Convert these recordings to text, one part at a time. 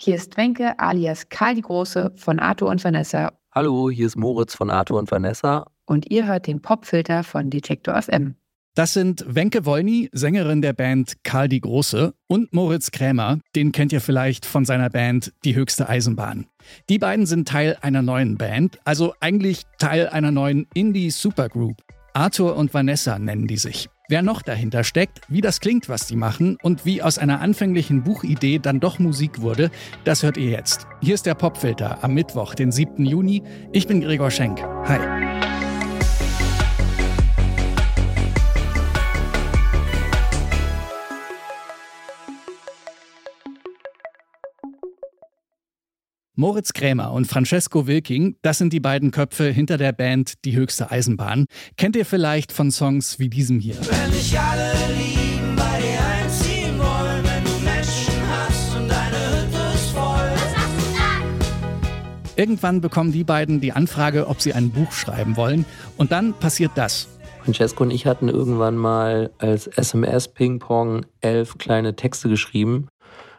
Hier ist Wenke alias Karl die Große von Arthur und Vanessa. Hallo, hier ist Moritz von Arthur und Vanessa. Und ihr hört den Popfilter von Detektor FM. Das sind Wenke Wollny, Sängerin der Band Karl die Große, und Moritz Krämer, den kennt ihr vielleicht von seiner Band Die höchste Eisenbahn. Die beiden sind Teil einer neuen Band, also eigentlich Teil einer neuen Indie-Supergroup. Arthur und Vanessa nennen die sich. Wer noch dahinter steckt, wie das klingt, was die machen und wie aus einer anfänglichen Buchidee dann doch Musik wurde, das hört ihr jetzt. Hier ist der Popfilter am Mittwoch, den 7. Juni. Ich bin Gregor Schenk. Hi. Moritz Krämer und Francesco Wilking, das sind die beiden Köpfe hinter der Band Die höchste Eisenbahn. Kennt ihr vielleicht von Songs wie diesem hier? Wenn dich alle lieben, bei dir einziehen wollen, wenn du Menschen hast und deine Hütte ist voll. Was hast du gesagt? Irgendwann bekommen die beiden die Anfrage, ob sie ein Buch schreiben wollen. Und dann passiert das. Francesco und ich hatten irgendwann mal als SMS-Ping-Pong 11 kleine Texte geschrieben.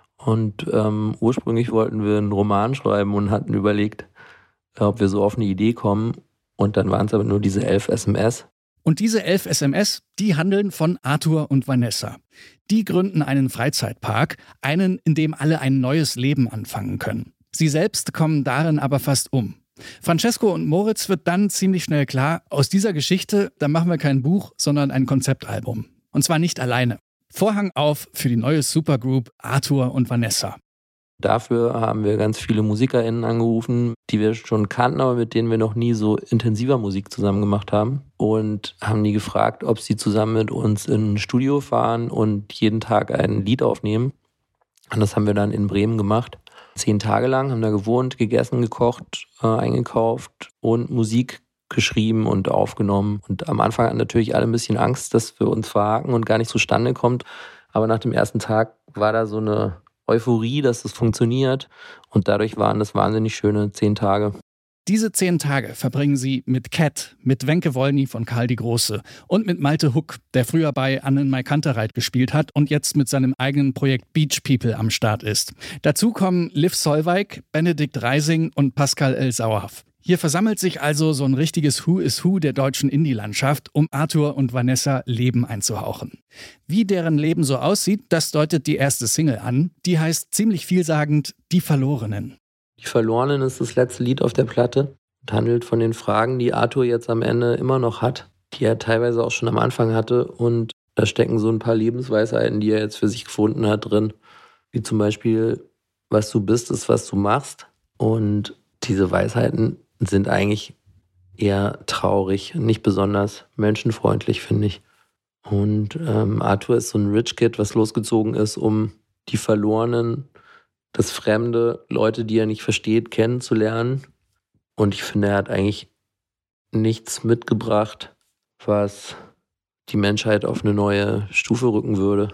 Und ursprünglich wollten wir einen Roman schreiben und hatten überlegt, ob wir so auf eine Idee kommen. Und dann waren es aber nur diese 11 SMS. Und diese 11 SMS, die handeln von Arthur und Vanessa. Die gründen einen Freizeitpark, einen, in dem alle ein neues Leben anfangen können. Sie selbst kommen darin aber fast um. Francesco und Moritz wird dann ziemlich schnell klar, aus dieser Geschichte, da machen wir kein Buch, sondern ein Konzeptalbum. Und zwar nicht alleine. Vorhang auf für die neue Supergroup Arthur und Vanessa. Dafür haben wir ganz viele MusikerInnen angerufen, die wir schon kannten, aber mit denen wir noch nie so intensiver Musik zusammen gemacht haben. Und haben die gefragt, ob sie zusammen mit uns in ein Studio fahren und jeden Tag ein Lied aufnehmen. Und das haben wir dann in Bremen gemacht. 10 Tage lang, haben da gewohnt, gegessen, gekocht, eingekauft und Musik geschrieben und aufgenommen. Und am Anfang hatten natürlich alle ein bisschen Angst, dass wir uns verhaken und gar nicht zustande kommt. Aber nach dem ersten Tag war da so eine Euphorie, dass es funktioniert. Und dadurch waren das wahnsinnig schöne 10 Tage. Diese 10 Tage verbringen sie mit Cat, mit Wenke Wollny von Karl die Große und mit Malte Huck, der früher bei Annenmai Kantereit gespielt hat und jetzt mit seinem eigenen Projekt Beach People am Start ist. Dazu kommen Liv Solveig, Benedikt Reising und Pascal L. Sauerhaff. Hier versammelt sich also so ein richtiges Who is Who der deutschen Indie-Landschaft, um Arthur und Vanessa Leben einzuhauchen. Wie deren Leben so aussieht, das deutet die erste Single an. Die heißt ziemlich vielsagend Die Verlorenen. Die Verlorenen ist das letzte Lied auf der Platte und handelt von den Fragen, die Arthur jetzt am Ende immer noch hat, die er teilweise auch schon am Anfang hatte. Und da stecken so ein paar Lebensweisheiten, die er jetzt für sich gefunden hat, drin. Wie zum Beispiel, was du bist, ist, was du machst. Und diese Weisheiten sind eigentlich eher traurig, nicht besonders menschenfreundlich, finde ich. Und Arthur ist so ein Rich Kid, was losgezogen ist, um die Verlorenen, das Fremde, Leute, die er nicht versteht, kennenzulernen. Und ich finde, er hat eigentlich nichts mitgebracht, was die Menschheit auf eine neue Stufe rücken würde.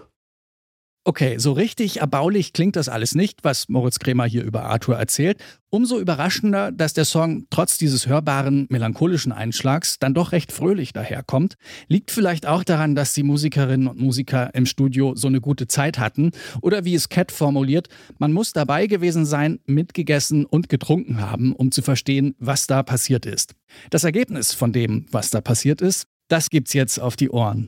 Okay, so richtig erbaulich klingt das alles nicht, was Moritz Krämer hier über Arthur erzählt. Umso überraschender, dass der Song trotz dieses hörbaren, melancholischen Einschlags dann doch recht fröhlich daherkommt. Liegt vielleicht auch daran, dass die Musikerinnen und Musiker im Studio so eine gute Zeit hatten. Oder wie es Cat formuliert, man muss dabei gewesen sein, mitgegessen und getrunken haben, um zu verstehen, was da passiert ist. Das Ergebnis von dem, was da passiert ist, das gibt's jetzt auf die Ohren.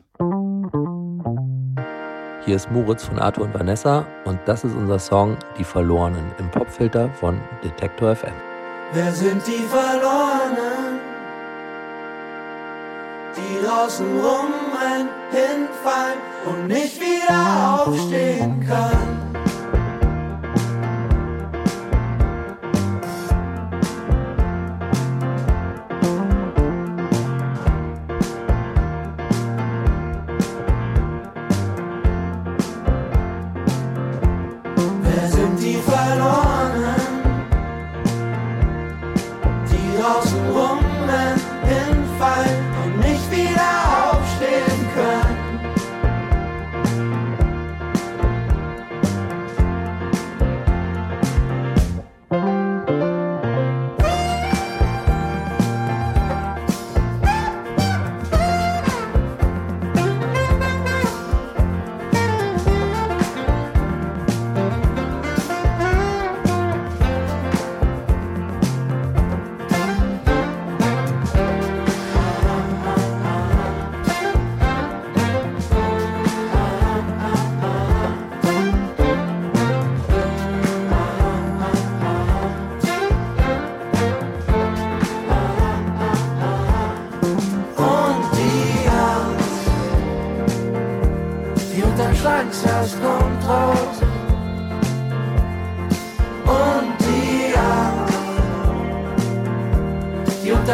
Hier ist Moritz von Arthur und Vanessa und das ist unser Song Die Verlorenen im Popfilter von Detektor FM. Wer sind die Verlorenen, die draußen rumrennen, hinfallen und nicht wieder aufstehen können?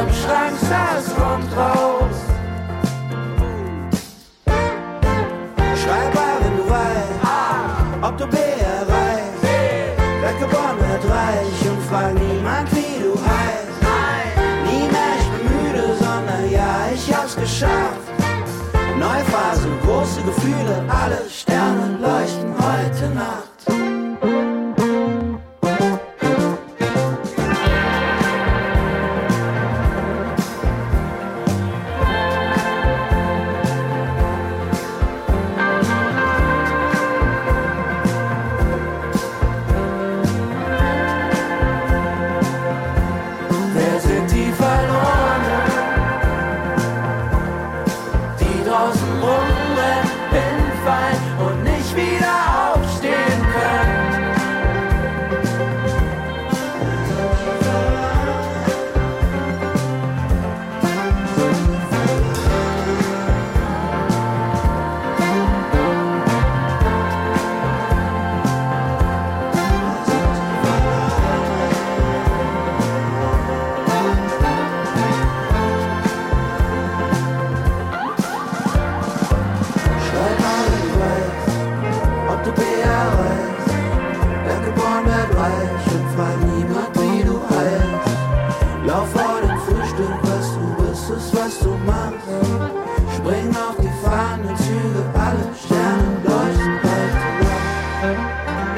im Schrank, das kommt raus. Schreib mal, wenn du weißt, ob du B erreichst. Wer geboren wird reich und frag niemand, wie du heißt. Nie mehr, ich bin müde, sondern ja, ich hab's geschafft. Neue Phase, große Gefühle, alle Sterne leuchten heute Nacht. Wer sind die Verlorenen, die draußen rumrennen, hinfallen und nicht wieder aufstehen können? Schreib mal, wenn du weißt, ob du B erreichst. Wer geboren wird reich und frag niemand, wie du heißt. Lauf vor dem Frühstück, was du bist, ist was du machst. Spring auf die fahrenden Züge, alle Sterne leuchten heute Nacht.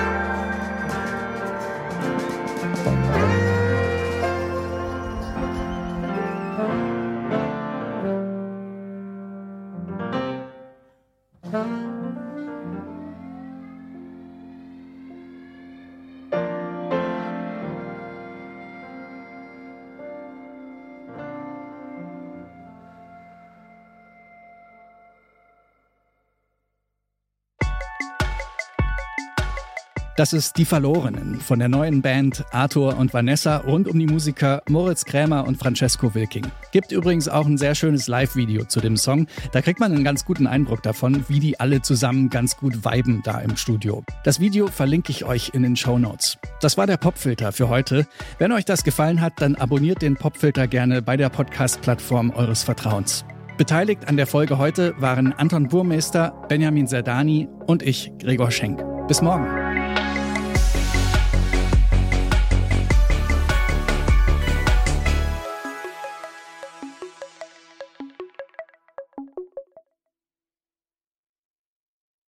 Das ist Die Verlorenen von der neuen Band Arthur und Vanessa rund um die Musiker Moritz Krämer und Francesco Wilking. Gibt übrigens auch ein sehr schönes Live-Video zu dem Song. Da kriegt man einen ganz guten Eindruck davon, wie die alle zusammen ganz gut viben da im Studio. Das Video verlinke ich euch in den Shownotes. Das war der Popfilter für heute. Wenn euch das gefallen hat, dann abonniert den Popfilter gerne bei der Podcast-Plattform eures Vertrauens. Beteiligt an der Folge heute waren Anton Burmeister, Benjamin Serdani und ich, Gregor Schenk. Bis morgen.